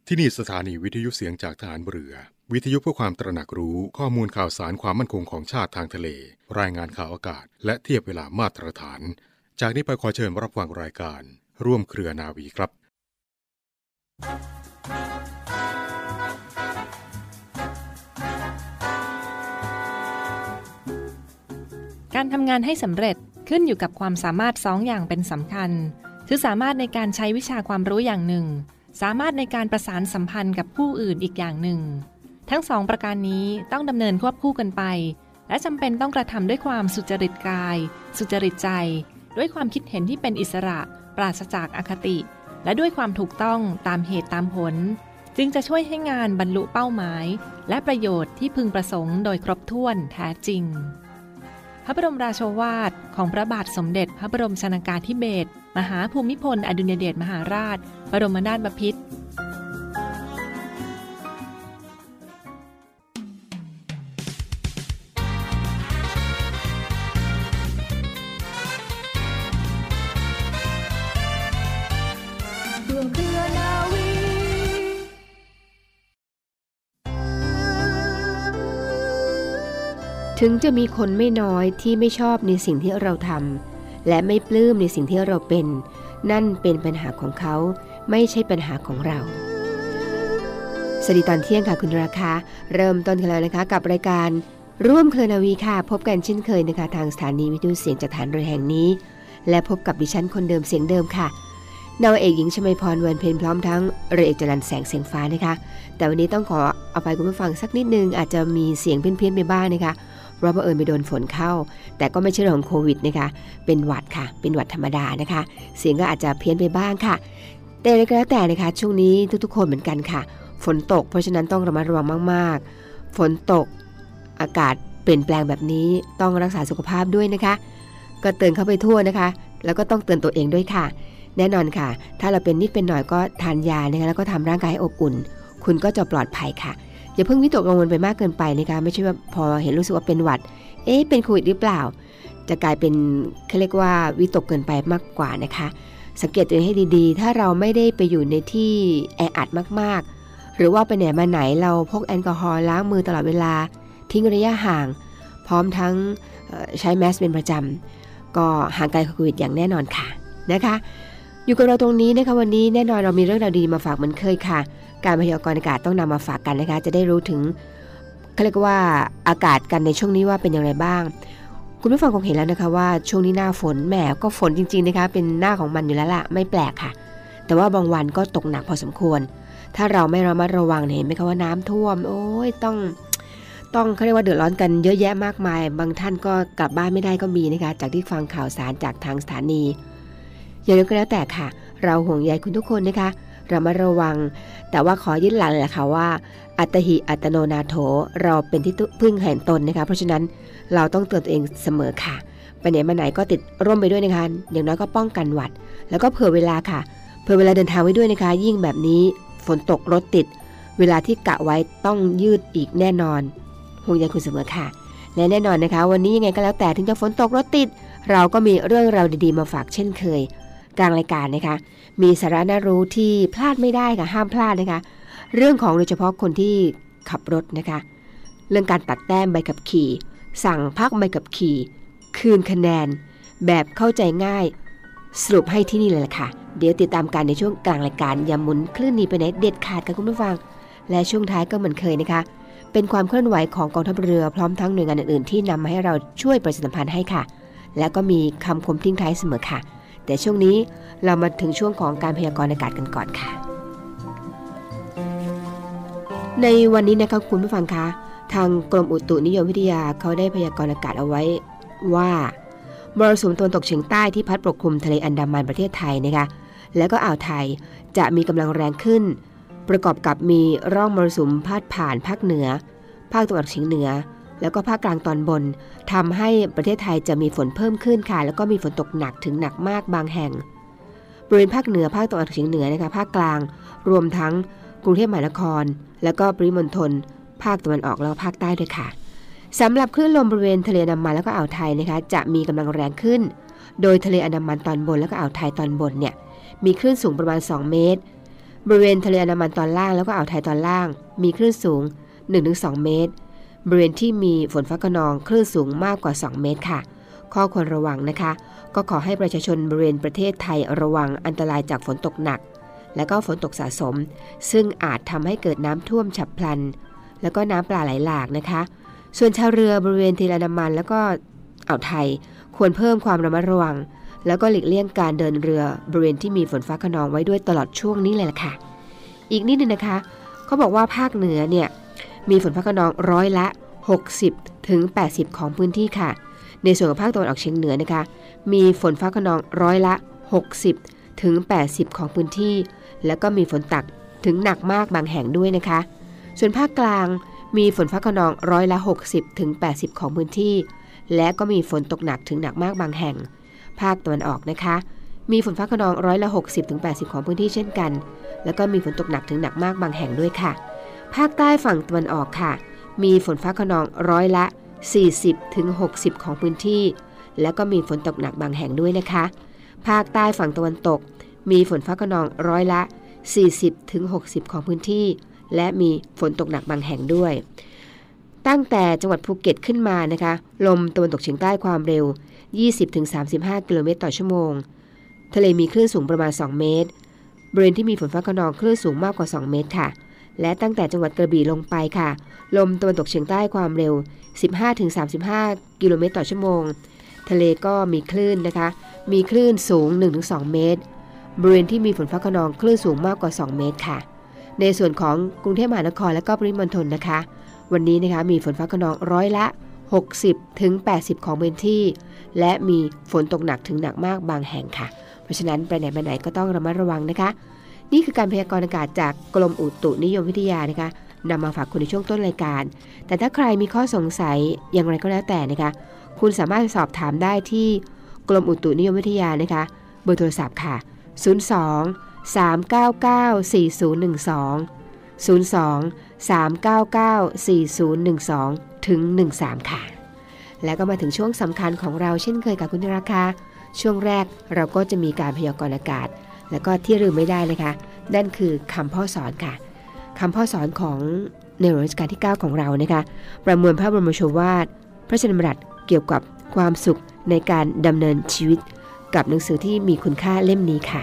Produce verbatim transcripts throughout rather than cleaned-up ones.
ที่นี่สถานีวิทยุเสียงจากทหารเรือวิทยุเพื่อความตระหนักรู้ข้อมูลข่าวสารความมั่นคงของชาติทางทะเลรายงานข่าวอากาศและเทียบเวลามาตรฐานจากนี้ไปขอเชิญรับฟังรายการร่วมเครือนาวีครับการทำงานให้สำเร็จขึ้นอยู่กับความสามารถสองอย่างเป็นสำคัญคือสามารถในการใช้วิชาความรู้อย่างหนึ่งสามารถในการประสานสัมพันธ์กับผู้อื่นอีกอย่างหนึ่งทั้งสองประการนี้ต้องดำเนินควบคู่กันไปและจำเป็นต้องกระทำด้วยความสุจริตกายสุจริตใจด้วยความคิดเห็นที่เป็นอิสระปราศจากอคติและด้วยความถูกต้องตามเหตุตามผลจึงจะช่วยให้งานบรรลุเป้าหมายและประโยชน์ที่พึงประสงค์โดยครบถ้วนแท้จริงพระบรมราโชวาทของพระบาทสมเด็จพระบรมชนกาธิเบศรมหาภูมิพลอดุลยเดชมหาราชบรมนาถบพิตรถึงจะมีคนไม่น้อยที่ไม่ชอบในสิ่งที่เราทำและไม่ปลื้มในสิ่งที่เราเป็นนั่นเป็นปัญหาของเขาไม่ใช่ปัญหาของเราสวัสดีตอนเที่ยงค่ะคุณราคาเริ่มต้นกันแล้วนะคะกับรายการร่วมเครือนาวีค่ะพบกันเช่นเคยนะคะทางสถานีวิทยุเสียงจากฐานเรือแห่งนี้และพบกับดิฉันคนเดิมเสียงเดิมค่ะนาวาเอกหญิงชมัยพรวันเพ็ญพร้อมทั้งเรือเอกจรัญแสงเสียงฟ้านะคะแต่วันนี้ต้องขอเอาไปคุณผู้ฟังสักนิดนึงอาจจะมีเสียงเพี้ยนๆไปบ้างนะคะเพราะว่าเอิญไปโดนฝนเข้าแต่ก็ไม่ใช่เรื่องของโควิดนะคะเป็นหวัดค่ะเป็นหวัดธรรมดานะคะเสียงก็อาจจะเพี้ยนไปบ้างค่ะแต่ก็แล้วแต่นะคะช่วงนี้ทุกๆคนเหมือนกันค่ะฝนตกเพราะฉะนั้นต้องระมัดระวังมากๆฝนตกอากาศเปลี่ยนแปลงแบบนี้ต้องรักษาสุขภาพด้วยนะคะก็เตือนเข้าไปทั่วนะคะแล้วก็ต้องเตือนตัวเองด้วยค่ะแน่นอนค่ะถ้าเราเป็นนิดเป็นหน่อยก็ทานยานะคะแล้วก็ทำร่างกายให้อบอุ่นคุณก็จะปลอดภัยค่ะอย่าเพิ่งวิตกกังวลไปมากเกินไปนะคะไม่ใช่ว่าพอเห็นรู้สึกว่าเป็นหวัดเอ๊ะเป็นโควิดหรือเปล่าจะกลายเป็นเขาเรียกว่าวิตกเกินไปมากกว่านะคะสังเกตตัวเองให้ดีๆถ้าเราไม่ได้ไปอยู่ในที่แออัดมากๆหรือว่าไปไหนมาไหนเราพกแอลกอฮอล์ล้างมือตลอดเวลาทิ้งระยะห่างพร้อมทั้งใช้แมสเป็นประจำก็ห่างไกลโควิดอย่างแน่นอนค่ะนะคะอยู่กับเราตรงนี้นะคะวันนี้แน่นอนเรามีเรื่องราวดีมาฝากเหมือนเคยค่ะการพยากรณ์อากาศต้องนำมาฝากกันนะคะจะได้รู้ถึงเขาเรียกว่าอากาศกันในช่วงนี้ว่าเป็นอย่างไรบ้างคุณผู้ฟังคงเห็นแล้วนะคะว่าช่วงนี้หน้าฝนแหมก็ฝนจริงๆนะคะเป็นหน้าของมันอยู่แล้วล่ะไม่แปลกค่ะแต่ว่าบางวันก็ตกหนักพอสมควรถ้าเราไม่ระมัดระวังเห็นไหมคะว่าน้ำท่วมโอ้ยต้องต้องเขาเรียกว่าเดือดร้อนกันเยอะแยะมากมายบางท่านก็กลับบ้านไม่ได้ก็มีนะคะจากที่ฟังข่าวสารจากทางสถานีอย่างไรก็แล้วแต่ค่ะเราห่วงใยคุณทุกคนนะคะเรามาระวังแต่ว่าขอยึดหลักเลยแหละค่ะว่าอัตหิอัตโนนาโถเราเป็นที่พึ่งแห่งตนนะคะเพราะฉะนั้นเราต้องเตือนตัวเองเสมอค่ะไปไหนมาไหนก็ติดร่มไปด้วยนะคะอย่างน้อยก็ป้องกันหวัดแล้วก็เผื่อเวลาค่ะเผื่อเวลาเดินทางไว้ด้วยนะคะยิ่งแบบนี้ฝนตกรถติดเวลาที่กะไว้ต้องยืดอีกแน่นอนห่วงใยคุณเสมอค่ะและแน่นอนนะคะวันนี้ยังไงก็แล้วแต่ถึงจะฝนตกรถติดเราก็มีเรื่องราวดีๆมาฝากเช่นเคยกลางรายการนะคะมีสาระน่ารู้ที่พลาดไม่ได้ค่ะห้ามพลาดนะคะเรื่องของโดยเฉพาะคนที่ขับรถนะคะเรื่องการตัดแต้มใบขับขี่สั่งพักใบขับขี่คืนคะแนนแบบเข้าใจง่ายสรุปให้ที่นี่เลยล่ะค่ะเดี๋ยวติดตามกันในช่วงกลางรายการอย่าหมุนคลื่นนี้ไปไหนเด็ดขาดค่ะคุณผู้ฟังและช่วงท้ายก็เหมือนเคยนะคะเป็นความเคลื่อนไหวของกองทัพเรือพร้อมทั้งหน่วยงานอื่นๆที่นำมาให้เราช่วยประชาสัมพันธ์ให้ค่ะและก็มีคำคมทิ้งท้ายเสมอค่ะแต่ช่วงนี้เรามาถึงช่วงของการพยากรณ์อากาศกันก่อนค่ะในวันนี้นะคะคุณผู้ฟังคะทางกรมอุตุนิยมวิทยาเขาได้พยากรณ์อากาศเอาไว้ว่ามรสุมตะวันตกเฉียงใต้ที่พัดปกคลุมทะเลอันดามันประเทศไทยนะคะแล้วก็อ่าวไทยจะมีกำลังแรงขึ้นประกอบกับมีร่องมรสุมพาดผ่านภาคเหนือภาคตะวันออกเฉียงเหนือแล้วก็ภาคกลางตอนบนทำให้ประเทศไทยจะมีฝนเพิ่มขึ้นค่ะแล้วก็มีฝนตกหนักถึงหนักมากบางแห่งบริเวณภาคเหนือภาคตะวันออกเฉียงเหนือนะคะภาคกลางรวมทั้งกรุงเทพมหานครแล้วก็ปริมณฑลภาคตะวันออกแล้วก็ภาคใต้ด้วยค่ะสำหรับคลื่นลมบริเวณทะเลอันดามันแล้วก็อ่าวไทยนะคะจะมีกำลังแรงขึ้นโดยทะเลอันดามันตอนบนแล้วก็อ่าวไทยตอนบนเนี่ยมีคลื่นสูงประมาณสองเมตรบริเวณทะเลอันดามันตอนล่างแล้วก็อ่าวไทยตอนล่างมีคลื่นสูง หนึ่งถึงสอง เมตรบริเวณที่มีฝนฟ้าคะนองคลื่นสูงมากกว่าสองเมตรค่ะข้อควรระวังนะคะก็ขอให้ประชาชนบริเวณประเทศไทยระวังอันตรายจากฝนตกหนักและก็ฝนตกสะสมซึ่งอาจทำให้เกิดน้ำท่วมฉับพลันแล้วก็น้ำป่าไหลหลากนะคะส่วนชาวเรือบริเวณทะเลอันดามันแล้วก็อ่าวไทยควรเพิ่มความระมัดระวังแล้วก็หลีกเลี่ยงการเดินเรือบริเวณที่มีฝนฟ้าคะนองไว้ด้วยตลอดช่วงนี้เลยล่ะค่ะอีกนิดนึงนะคะเขาบอกว่าภาคเหนือเนี่ยมีฝนฟ้าคะนองร้อยละหกสิบถึงแปดสิบของพื้นที่ค่ะในส่วนของภาคตะวันออกเฉียงเหนือนะคะมีฝนฟ้าคะนองร้อยละหกสิบถึงแปดสิบของพื้นที่แล้วก็มีฝนตกถึงหนักมากบางแห่งด้วยนะคะส่วนภาคกลางมีฝนฟ้าคะนองร้อยละหกสิบถึงแปดสิบของพื้นที่และก็มีฝนตกหนักถึงหนักมากบางแห่งภาคตะวันออกนะคะมีฝนฟ้าคะนองร้อยละหกสิบถึงแปดสิบของพื้นที่เช่นกันแล้วก็มีฝนตกหนักถึงหนักมากบางแห่งด้วยค่ะภาคใต้ฝั่งตะวันออกค่ะมีฝนฟ้าคะนองร้อยละสี่สิบถึงหกสิบของพื้นที่แล้วก็มีฝนตกหนักบางแห่งด้วยนะคะภาคใต้ฝั่งตะวันตกมีฝนฟ้าคะนองร้อยละสี่สิบถึงหกสิบของพื้นที่และมีฝนตกหนักบางแห่งด้วยตั้งแต่จังหวัดภูเก็ตขึ้นมานะคะลมตะวันตกเฉียงใต้ความเร็ว ยี่สิบถึงสามสิบห้า กิโลเมตรต่อชั่วโมงทะเลมีคลื่นสูงประมาณสองเมตรบริเวณที่มีฝนฟ้าคะนองคลื่นสูงมากกว่าสองเมตรค่ะและตั้งแต่จังหวัดกระบี่ลงไปค่ะลมตะวันตกเฉียงใต้ความเร็ว สิบห้าถึงสามสิบห้า กิโลเมตรต่อชั่วโมงทะเลก็มีคลื่นนะคะมีคลื่นสูง หนึ่งถึงสอง เมตรบริเวณที่มีฝนฟ้าคะนองคลื่นสูงมากกว่าสองเมตรค่ะในส่วนของกรุงเทพมหานครและก็ปริมณฑลนะคะวันนี้นะคะมีฝนฟ้าคะนองร้อยละหกสิบถึงแปดสิบของพื้นที่และมีฝนตกหนักถึงหนักมากบางแห่งค่ะเพราะฉะนั้นไปไหนมาไหนก็ต้องระมัดระวังนะคะนี่คือการพยากรณ์อากาศจากกรมอุตุนิยมวิทยานะคะนำมาฝากคุณในช่วงต้นรายการแต่ถ้าใครมีข้อสงสัยอย่างไรก็แล้วแต่นะคะคุณสามารถสอบถามได้ที่กรมอุตุนิยมวิทยานะคะเบอร์โทรศัพท์ค่ะศูนย์ สอง สาม เก้า เก้า สี่ ศูนย์ หนึ่ง สอง ศูนย์ สอง สาม เก้า เก้า สี่ ศูนย์ หนึ่ง สอง ถึง หนึ่งสาม ค่ะแล้วก็มาถึงช่วงสำคัญของเราเช่นเคยกับคุณที่รักค่ะช่วงแรกเราก็จะมีการพยากรณ์อากาศแล้วก็ที่ลืมไม่ได้นะคะนั่นคือคำพ่อสอนค่ะคำพ่อสอนของในหลวงรัชกาลที่เก้าของเรานะคะประมวลพระบรมโชวาทพระราชดำรัสเกี่ยวกับความสุขในการดำเนินชีวิตกับหนังสือที่มีคุณค่าเล่มนี้ค่ะ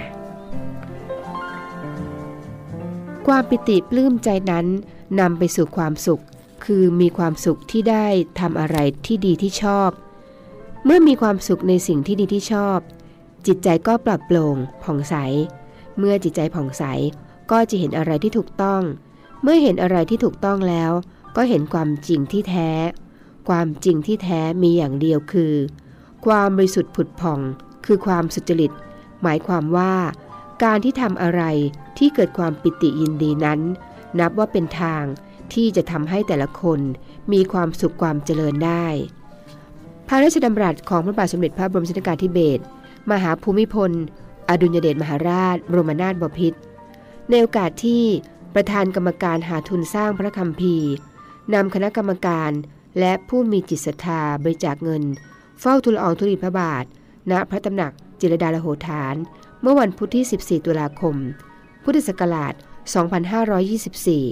ความปิติปลื้มใจนั้นนำไปสู่ความสุขคือมีความสุขที่ได้ทำอะไรที่ดีที่ชอบเมื่อมีความสุขในสิ่งที่ดีที่ชอบจิตใจก็ปลอดโปร่งผ่องใสเมื่อจิตใจผ่องใสก็จะเห็นอะไรที่ถูกต้องเมื่อเห็นอะไรที่ถูกต้องแล้วก็เห็นความจริงที่แท้ความจริงที่แท้มีอย่างเดียวคือความบริสุทธิ์ผุดผ่องคือความสุจริตหมายความว่าการที่ทำอะไรที่เกิดความปิติยินดีนั้นนับว่าเป็นทางที่จะทำให้แต่ละคนมีความสุขความเจริญได้พระราชดำรัสของพระบาทสมเด็จพระบรมชนกาธิเบศรมหาภูมิพลอดุลยเดชมหาราชบรมนาถบพิตรในโอกาสที่ประธานกรรมการหาทุนสร้างพระคัมภีร์นำคณะกรรมการและผู้มีจิตศรัทธาบริจาคเงินเฝ้าทูลละอองธุลีพระบาทณพระตำหนักจิรดาลโหฐานเมื่อวันพุธที่สิบสี่ตุลาคมพุทธศักราชสองพันห้าร้อยยี่สิบสี่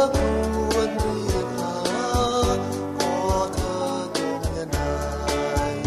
ขอเธอจงอย่านาย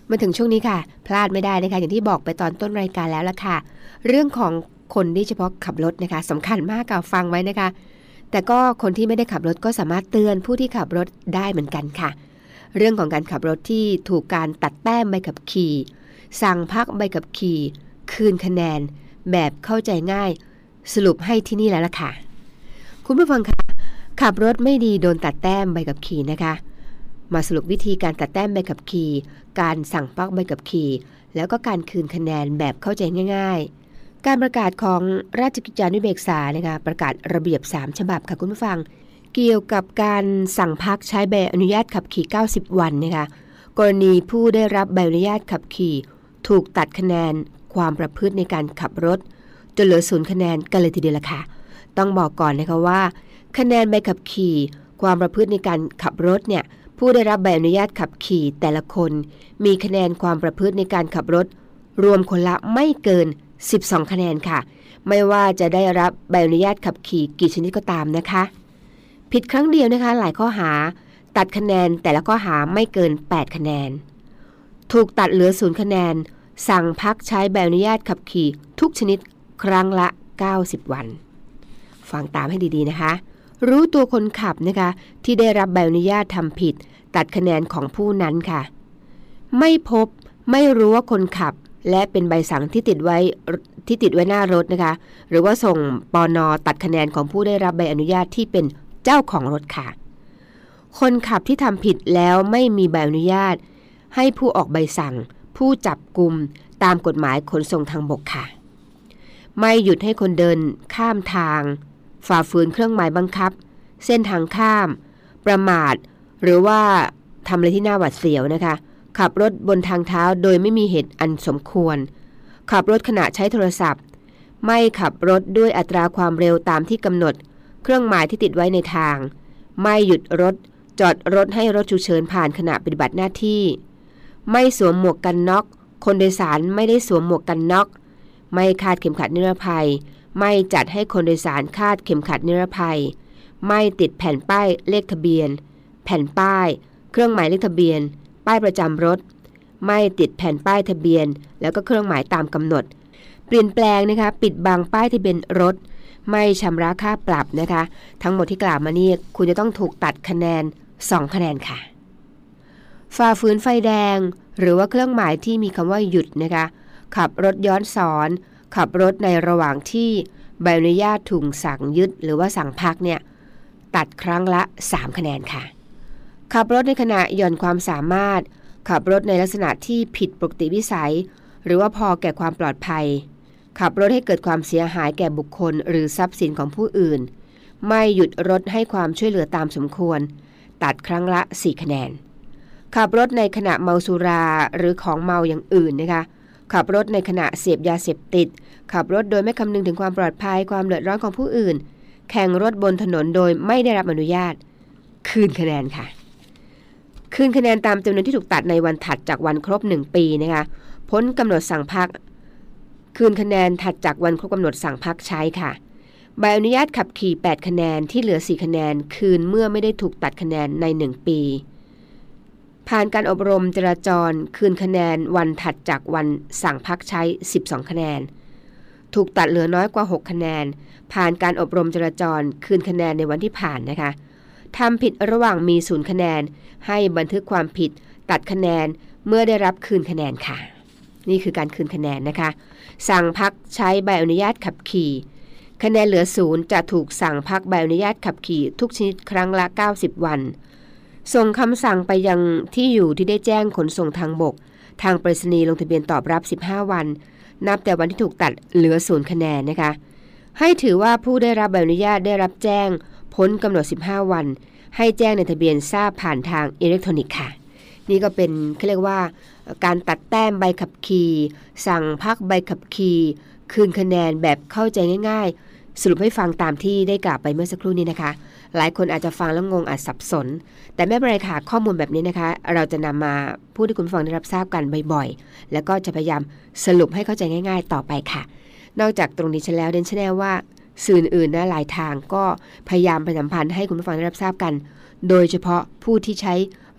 มาถึงช่วงนี้ค่ะพลาดไม่ได้นะคะอย่างที่บอกไปตอนต้นรายการแล้วล่ะค่ะเรื่องของคนที่เฉพาะขับรถนะคะสำคัญมากค่ะฟังไว้นะคะแต่ก็คนที่ไม่ได้ขับรถก็สามารถเตือนผู้ที่ขับรถได้เหมือนกันค่ะเรื่องของการขับรถที่ถูกการตัดแต้มใบขับขี่สั่งพักใบขับขี่คืนคะแนนแบบเข้าใจง่ายสรุปให้ที่นี่แล้วล่ะค่ะคุณผู้ฟังคะขับรถไม่ดีโดนตัดแต้มใบขับขี่นะคะมาสรุปวิธีการตัดแต้มใบขับขี่การสั่งพักใบขับขี่แล้วก็การคืนคะแนนแบบเข้าใจง่ายๆการประกาศของราชกิจจานุเบกษานะคะประกาศระเบียบสามฉบับค่ะคุณผู้ฟังเกี่ยวกับการสั่งพักใช้ใบอนุญาตขับขี่เก้าสิบวันนะคะกรณีผู้ได้รับใบอนุญาตขับขี่ถูกตัดคะแนนความประพฤติในการขับรถจนเหลือศูนย์คะแนนกันเลยทีเดียวละค่ะต้องบอกก่อนนะคะว่าคะแนนใบขับขี่ความประพฤติในการขับรถเนี่ยผู้ได้รับใบอนุญาตขับขี่แต่ละคนมีคะแนนความประพฤติในการขับรถรวมคนละไม่เกินสิบสองคะแนนค่ะไม่ว่าจะได้รับใบอนุญาตขับขี่กี่ชนิดก็ตามนะคะผิดครั้งเดียวนะคะหลายข้อหาตัดคะแนนแต่ละข้อหาไม่เกินแปดคะแนนถูกตัดเหลือศูนย์คะแนนสั่งพักใช้ใบอนุญาตขับขี่ทุกชนิดครั้งละเก้าสิบวันฟังตามให้ดีๆนะคะรู้ตัวคนขับนะคะที่ได้รับใบอนุญาตทำผิดตัดคะแนนของผู้นั้นค่ะไม่พบไม่รู้ว่าคนขับและเป็นใบสั่งที่ติดไว้ที่ติดไว้หน้ารถนะคะหรือว่าส่งปน.ตัดคะแนนของผู้ได้รับใบอนุญาตที่เป็นเจ้าของรถค่ะคนขับที่ทำผิดแล้วไม่มีใบอนุญาตให้ผู้ออกใบสั่งผู้จับกุมตามกฎหมายขนส่งทางบกค่ะไม่หยุดให้คนเดินข้ามทางฝ่าฝืนเครื่องหมายบังคับเส้นทางข้ามประมาทหรือว่าทำอะไรที่น่าหวาดเสียวนะคะขับรถบนทางเท้าโดยไม่มีเหตุอันสมควรขับรถขณะใช้โทรศัพท์ไม่ขับรถด้วยอัตราความเร็วตามที่กำหนดเครื่องหมายที่ติดไว้ในทางไม่หยุดรถจอดรถให้รถฉุกเฉินผ่านขณะปฏิบัติหน้าที่ไม่สวมหมวกกันน็อกคนโดยสารไม่ได้สวมหมวกกันน็อกไม่คาดเข็มขัดนิรภัยไม่จัดให้คนโดยสารคาดเข็มขัดนิรภัยไม่ติดแผ่นป้ายเลขทะเบียนแผ่นป้ายเครื่องหมายเลขทะเบียนป้ายประจำรถไม่ติดแผ่นป้ายทะเบียนแล้วก็เครื่องหมายตามกำหนดเปลี่ยนแปลงนะคะปิดบังป้ายทะเบียนรถไม่ชำระค่าปรับนะคะทั้งหมดที่กล่าวมานี่คุณจะต้องถูกตัดคะแนนสองคะแนนค่ะฝ่าฝืนไฟแดงหรือว่าเครื่องหมายที่มีคำว่าหยุดนะคะขับรถย้อนสอนขับรถในระหว่างที่ใบอนุญาตถูกสั่งยึดหรือว่าสั่งพักเนี่ยตัดครั้งละสามคะแนนค่ะขับรถในขณะหย่อนความสามารถขับรถในลักษณะที่ผิดปกติวิสัยหรือว่าพอแก่ความปลอดภัยขับรถให้เกิดความเสียหายแก่บุคคลหรือทรัพย์สินของผู้อื่นไม่หยุดรถให้ความช่วยเหลือตามสมควรตัดครั้งละสี่คะแนนขับรถในขณะเมาสุราหรือของเมาอย่างอื่นนะคะขับรถในขณะเสพยาเสพติดขับรถโดยไม่คำนึงถึงความปลอดภัยความเดือดร้อนของผู้อื่นแข่งรถบนถนนโดยไม่ได้รับอนุญาตคืนคะแนนค่ะคืนคะแนนตามจำนวนที่ถูกตัดในวันถัดจากวันครบหนึ่งปีนะคะพ้นกำหนดสั่งพักคืนคะแนนถัดจากวันครบกำหนดสั่งพักใช้ค่ะใบอนุญาตขับขี่แปดคะแนนที่เหลือสี่คะแนนคืนเมื่อไม่ได้ถูกตัดคะแนนในหนึ่งปีผ่านการอบรมจราจรคืนคะแนนวันถัดจากวันสั่งพักใช้สิบสองคะแนนถูกตัดเหลือน้อยกว่าหกคะแนนผ่านการอบรมจราจรคืนคะแนนในวันที่ผ่านนะคะทำผิดระหว่างมีศูนย์คะแนนให้บันทึกความผิดตัดคะแนนเมื่อได้รับคืนคะแนนค่ะนี่คือการคืนคะแนนนะคะสั่งพักใช้ใบอนุญาตขับขี่คะแนนเหลือศูนย์จะถูกสั่งพักใบอนุญาตขับขี่ทุกชนิดครั้งละเก้าสิบวันส่งคำสั่งไปยังที่อยู่ที่ได้แจ้งขนส่งทางบกทางไปรษณีย์ลงทะเบียนตอบรับสิบห้าวันนับแต่วันที่ถูกตัดเหลือศูนย์คะแนนนะคะให้ถือว่าผู้ได้รับใบอนุญาตได้รับแจ้งพ้นกำหนดสิบห้าวันให้แจ้งในทะเบียนทราบผ่านทางอิเล็กทรอนิกส์ค่ะนี่ก็เป็นเขาเรียกว่าการตัดแต้มใบขับขี่สั่งพักใบขับขี่คืนคะแนนแบบเข้าใจง่ายๆสรุปให้ฟังตามที่ได้กล่าวไปเมื่อสักครู่นี้นะคะหลายคนอาจจะฟังแล้วงงอาจสับสนแต่ไม่เป็นไรค่ะข้อมูลแบบนี้นะคะเราจะนำมาพูดให้คุณฟังได้รับทราบกันบ่อยๆแล้วก็จะพยายามสรุปให้เข้าใจง่ายๆต่อไปค่ะนอกจากตรงนี้ฉันแล้วเดนชแนลว่าสื่ออื่นนะหลายทางก็พยายามประชาสัมพันธ์ให้คุณผู้ฟังได้รับทราบกันโดยเฉพาะผู้ที่ใช้รถ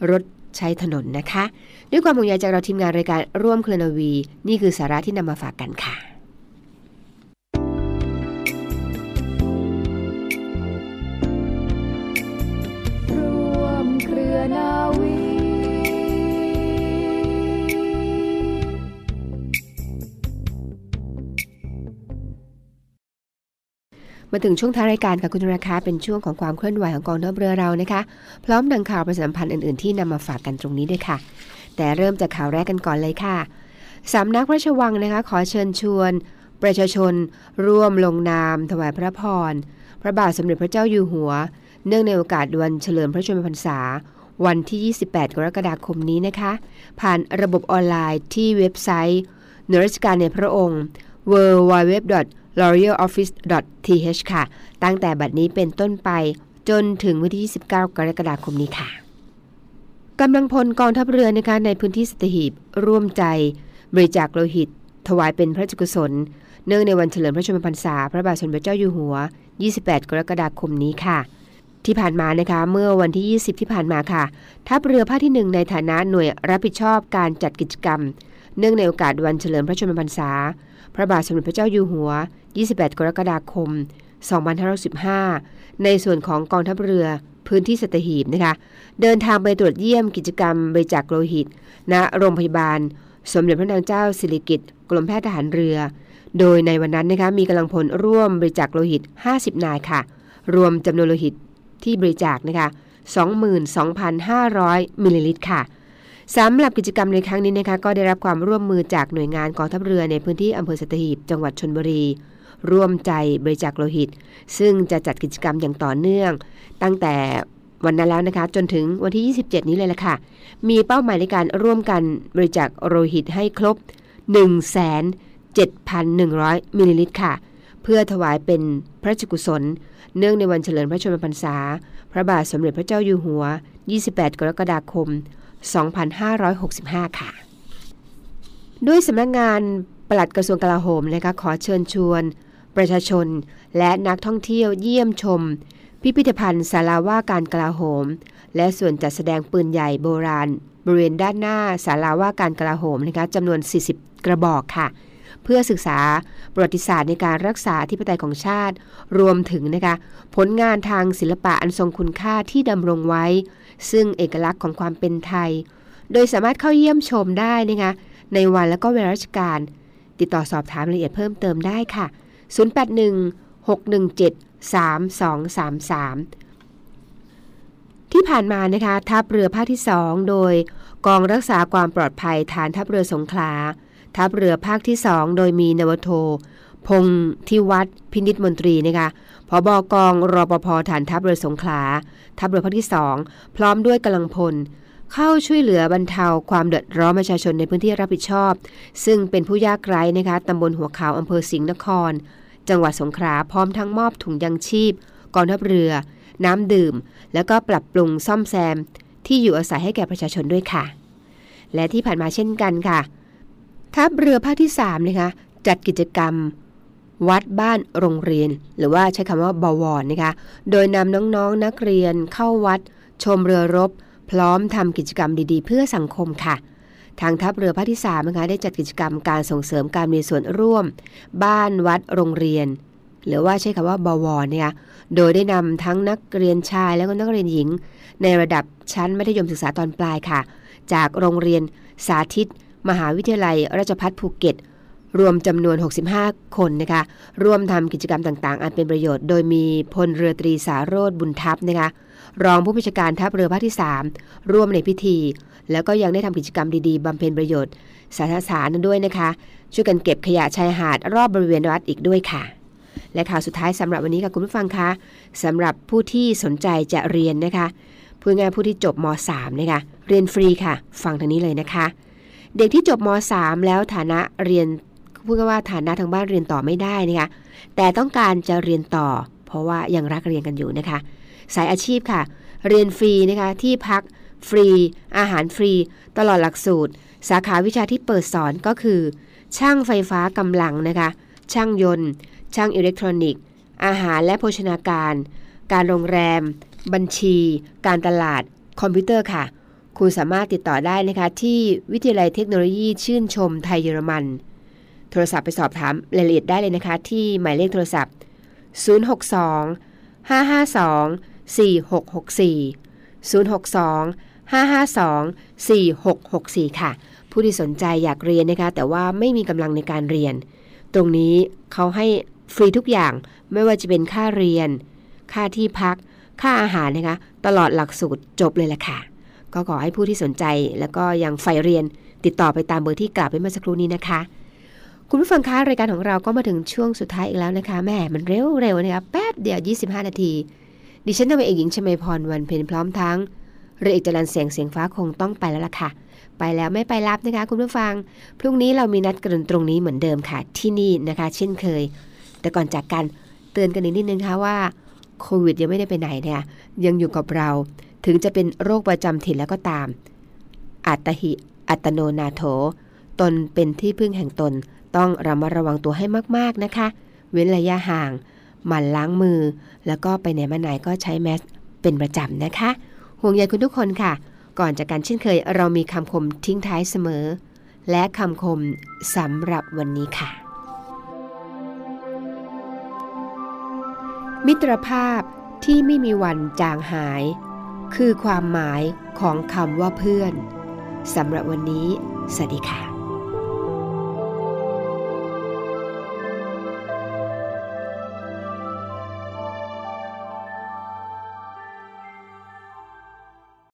ใช้ถนนนะคะด้วยความห่วงใยจากเราทีมงานรายการร่วมเคลนาวีนี่คือสาระที่นำมาฝากกันค่ะร่วมเครือนาวีมาถึงช่วงท้ายรายการกับคุณราคาเป็นช่วงของความเคลื่อนไหวของกองทัพเรือเรานะคะพร้อมดังข่าวประชาสัมพันธ์อื่นๆที่นำมาฝากกันตรงนี้ด้วยค่ะแต่เริ่มจากข่าวแรกกันก่อนเลยค่ะสำนักพระราชวังนะคะขอเชิญชวนประชาชนร่วมลงนามถวายพระพรพระบาทสมเด็จพระเจ้าอยู่หัวเนื่องในโอกาสวันเฉลิมพระชนมพรรษาวันที่ยี่สิบแปดกรกฎาคมนี้นะคะผ่านระบบออนไลน์ที่เว็บไซต์หน่วยราชการในพระองค์ ดับเบิลยู ดับเบิลยู ดับเบิลยู ดอท ลอเรียล ออฟฟิศ ดอท ที เอช ค่ะตั้งแต่บัดนี้เป็นต้นไปจนถึงวันที่ยี่สิบเก้ากรกฎาคมนี้ค่ะกำลังพลกองทัพเรือนะคะในพื้นที่สัตหีบร่วมใจบริจาคโลหิตถวายเป็นพระราชกุศลเนื่องในวันเฉลิมพระชนมพรรษาพระบาทสมเด็จพระเจ้าอยู่หัวยี่สิบแปดกรกฎาคมนี้ค่ะที่ผ่านมานะคะเมื่อวันที่ยี่สิบที่ผ่านมาค่ะทัพเรือภาคที่หนึ่งในฐานะหน่วยรับผิดชอบการจัดกิจกรรมเนื่องในโอกาสวันเฉลิมพระชนมพรรษาพระบาทสมเด็จพระเจ้าอยู่หัวยี่สิบแปดกรกฎาคมสองพันห้าร้อยสิบห้าในส่วนของกองทัพเรือพื้นที่สัตหีบนะคะเดินทางไปตรวจเยี่ยมกิจกรรมบริจาคโลหิตณโรงพยาบาลสมเด็จพระนางเจ้าสิริกิติ์กรมแพทย์ทหารเรือโดยในวันนั้นนะคะมีกำลังพลร่วมบริจาคโลหิตห้าสิบนายค่ะรวมจำนวนโลหิตที่บริจาคนะคะ สองหมื่นสองพันห้าร้อย มิลลิลิตรค่ะสำหรับกิจกรรมในครั้งนี้นะคะก็ได้รับความร่วมมือจากหน่วยงานกองทัพเรือในพื้นที่อำเภอสัตหีบจังหวัดชลบุรีร่วมใจบริจาคโลหิตซึ่งจะจัดกิจกรรมอย่างต่อเนื่องตั้งแต่วันนั้นแล้วนะคะจนถึงวันที่ยี่สิบเจ็ดนี้เลยล่ะค่ะมีเป้าหมายในการร่วมกันบริจาคโลหิตให้ครบ หนึ่งแสนเจ็ดพันหนึ่งร้อย มิลลิลิตรค่ะเพื่อถวายเป็นพระราชกุศลเนื่องในวันเฉลิมพระชนมพรรษาพระบาทสมเด็จพระเจ้าอยู่หัวยี่สิบแปดกรกฎาคมสองพันห้าร้อยหกสิบห้าค่ะด้วยสำนักงานปลัดกระทรวงกลาโหมนะคะขอเชิญชวนประชาชนและนักท่องเที่ยวเยี่ยมชมพิพิธภัณฑ์ศาลาว่าการกลาโหมและส่วนจัดแสดงปืนใหญ่โบราณบริเวณด้านหน้าศาลาว่าการกลาโหมนะคะจำนวนสี่สิบกระบอกค่ะเพื่อศึกษาประวัติศาสตร์ในการรักษาอธิปไตยของชาติรวมถึงนะคะผลงานทางศิลปะอันทรงคุณค่าที่ดำรงไว้ซึ่งเอกลักษณ์ของความเป็นไทยโดยสามารถเข้าเยี่ยมชมได้นะคะในวันและก็เวลาราชการติดต่อสอบถามรายละเอียดเพิ่มเติมได้ค่ะศูนย์ แปด หนึ่ง หก หนึ่ง เจ็ด สาม สอง สาม สามที่ผ่านมานะคะทัพเรือภาคที่สองโดยกองรักษาความปลอดภัยฐานทัพเรือสงขลาทัพเรือภาคที่สองโดยมีนาวโทพงษ์ทิวัฒน์พินิจมนตรีนะคะผบ.กองรปภ.ฐานทัพเรือสงขลาทัพเรือภาคที่สองพร้อมด้วยกำลังพลเข้าช่วยเหลือบรรเทาความเดือดร้อนประชาชนในพื้นที่รับผิดชอบซึ่งเป็นผู้ยากไร้นะคะตำบลหัวขาวอำเภอสิงห์นครจังหวัดสงขลาพร้อมทั้งมอบถุงยังชีพกองทัพเรือน้ำดื่มแล้วก็ปรับปรุงซ่อมแซมที่อยู่อาศัยให้แก่ประชาชนด้วยค่ะและที่ผ่านมาเช่นกันค่ะทัพเรือภาคที่สามนะคะจัดกิจกรรมวัดบ้านโรงเรียนหรือว่าใช้คำว่าบวรนะคะโดยนำน้องๆ นักเรียนเข้าวัดชมเรือรบพร้อมทำกิจกรรมดีๆเพื่อสังคมค่ะทางทัพเรือภาคที่สามนะคะได้จัดกิจกรรมการส่งเสริมการมีส่วนร่วมบ้านวัดโรงเรียนหรือว่าใช้คำว่าบวรเนี่ยโดยได้นำทั้งนักเรียนชายและก็นักเรียนหญิงในระดับชั้นมัธยมศึกษาตอนปลายค่ะจากโรงเรียนสาธิตมหาวิทยาลัยราชภัฏภูเก็ตรวมจำนวนหกสิบห้าคนนะคะร่วมทำกิจกรรมต่างๆอันเป็นประโยชน์โดยมีพลเรือตรีสาโรจน์บุญทัพนะคะรองผู้บัญชาการทัพเรือภาคที่สามร่วมในพิธีแล้วก็ยังได้ทำกิจกรรมดีๆบำเพ็ญประโยชน์สาธารณสารด้วยนะคะช่วยกันเก็บขยะชายหาดรอบบริเวณวัดอีกด้วยค่ะและข่าวสุดท้ายสำหรับวันนี้ค่ะคุณผู้ฟังคะสำหรับผู้ที่สนใจจะเรียนนะคะพูดง่ายผู้ที่จบม.สาม นะคะเรียนฟรีค่ะฟังทางนี้เลยนะคะเด็กที่จบม.สาม แล้วฐานะเรียนพูดง่ายว่าฐานะทางบ้านเรียนต่อไม่ได้นะคะแต่ต้องการจะเรียนต่อเพราะว่ายังรักเรียนกันอยู่นะคะสายอาชีพค่ะเรียนฟรีนะคะที่พักฟรีอาหารฟรีตลอดหลักสูตรสาขาวิชาที่เปิดสอนก็คือช่างไฟฟ้ากำลังนะคะช่างยนต์ช่างอิเล็กทรอนิกส์อาหารและโภชนาการการโรงแรมบัญชีการตลาดคอมพิวเตอร์ค่ะคุณสามารถติดต่อได้นะคะที่วิทยาลัยเทคโนโลยีชื่นชมไทยเยอรมันโทรศัพท์ไปสอบถามรายละเอียดได้เลยนะคะที่หมายเลขโทรศัพท์ศูนย์ หก สอง ห้า ห้า สอง สี่ หก หก สี่ ศูนย์ หก สอง ห้า ห้า สอง สี่ หก หก สี่ค่ะผู้ที่สนใจอยากเรียนนะคะแต่ว่าไม่มีกำลังในการเรียนตรงนี้เขาให้ฟรีทุกอย่างไม่ว่าจะเป็นค่าเรียนค่าที่พักค่าอาหารนะคะตลอดหลักสูตรจบเลยล่ะค่ะก็ขอให้ผู้ที่สนใจแล้วก็ยังใฝ่เรียนติดต่อไปตามเบอร์ที่กล่าวไปเมื่อสักครู่นี้นะคะคุณผู้ฟังคะรายการของเราก็มาถึงช่วงสุดท้ายอีกแล้วนะคะแม่มันเร็วๆนะคะแป๊บเดียวยี่สิบห้านาทีดิฉันนำเอกหญิงชมาพรวันเพ็ญพร้อมทั้งเรือเอกจรัญแสงเสียงฟ้าคงต้องไปแล้วล่ะค่ะไปแล้วไม่ไปรับนะคะคุณผู้ฟังพรุ่งนี้เรามีนัดกันตรงนี้เหมือนเดิมค่ะที่นี่นะคะเช่นเคยแต่ก่อนจากกันเตือนกันนิดนึงค่ะว่าโควิดยังไม่ได้ไปไหนเนี่ยยังอยู่กับเราถึงจะเป็นโรคประจำถิ่นแล้วก็ตามอัตหิอัตโนนาโถตนเป็นที่พึ่งแห่งตนต้องระมัดระวังตัวให้มากๆนะคะเว้นระยะห่างหมั่นล้างมือแล้วก็ไปไหนมาไหนก็ใช้แมสเป็นประจำนะคะห่วงใยคุณทุกคนค่ะก่อนจากกันเช่นเคยเรามีคำคมทิ้งท้ายเสมอและคำคมสำหรับวันนี้ค่ะมิตรภาพที่ไม่มีวันจางหายคือความหมายของคำว่าเพื่อนสำหรับวันนี้สวัสดีค่ะ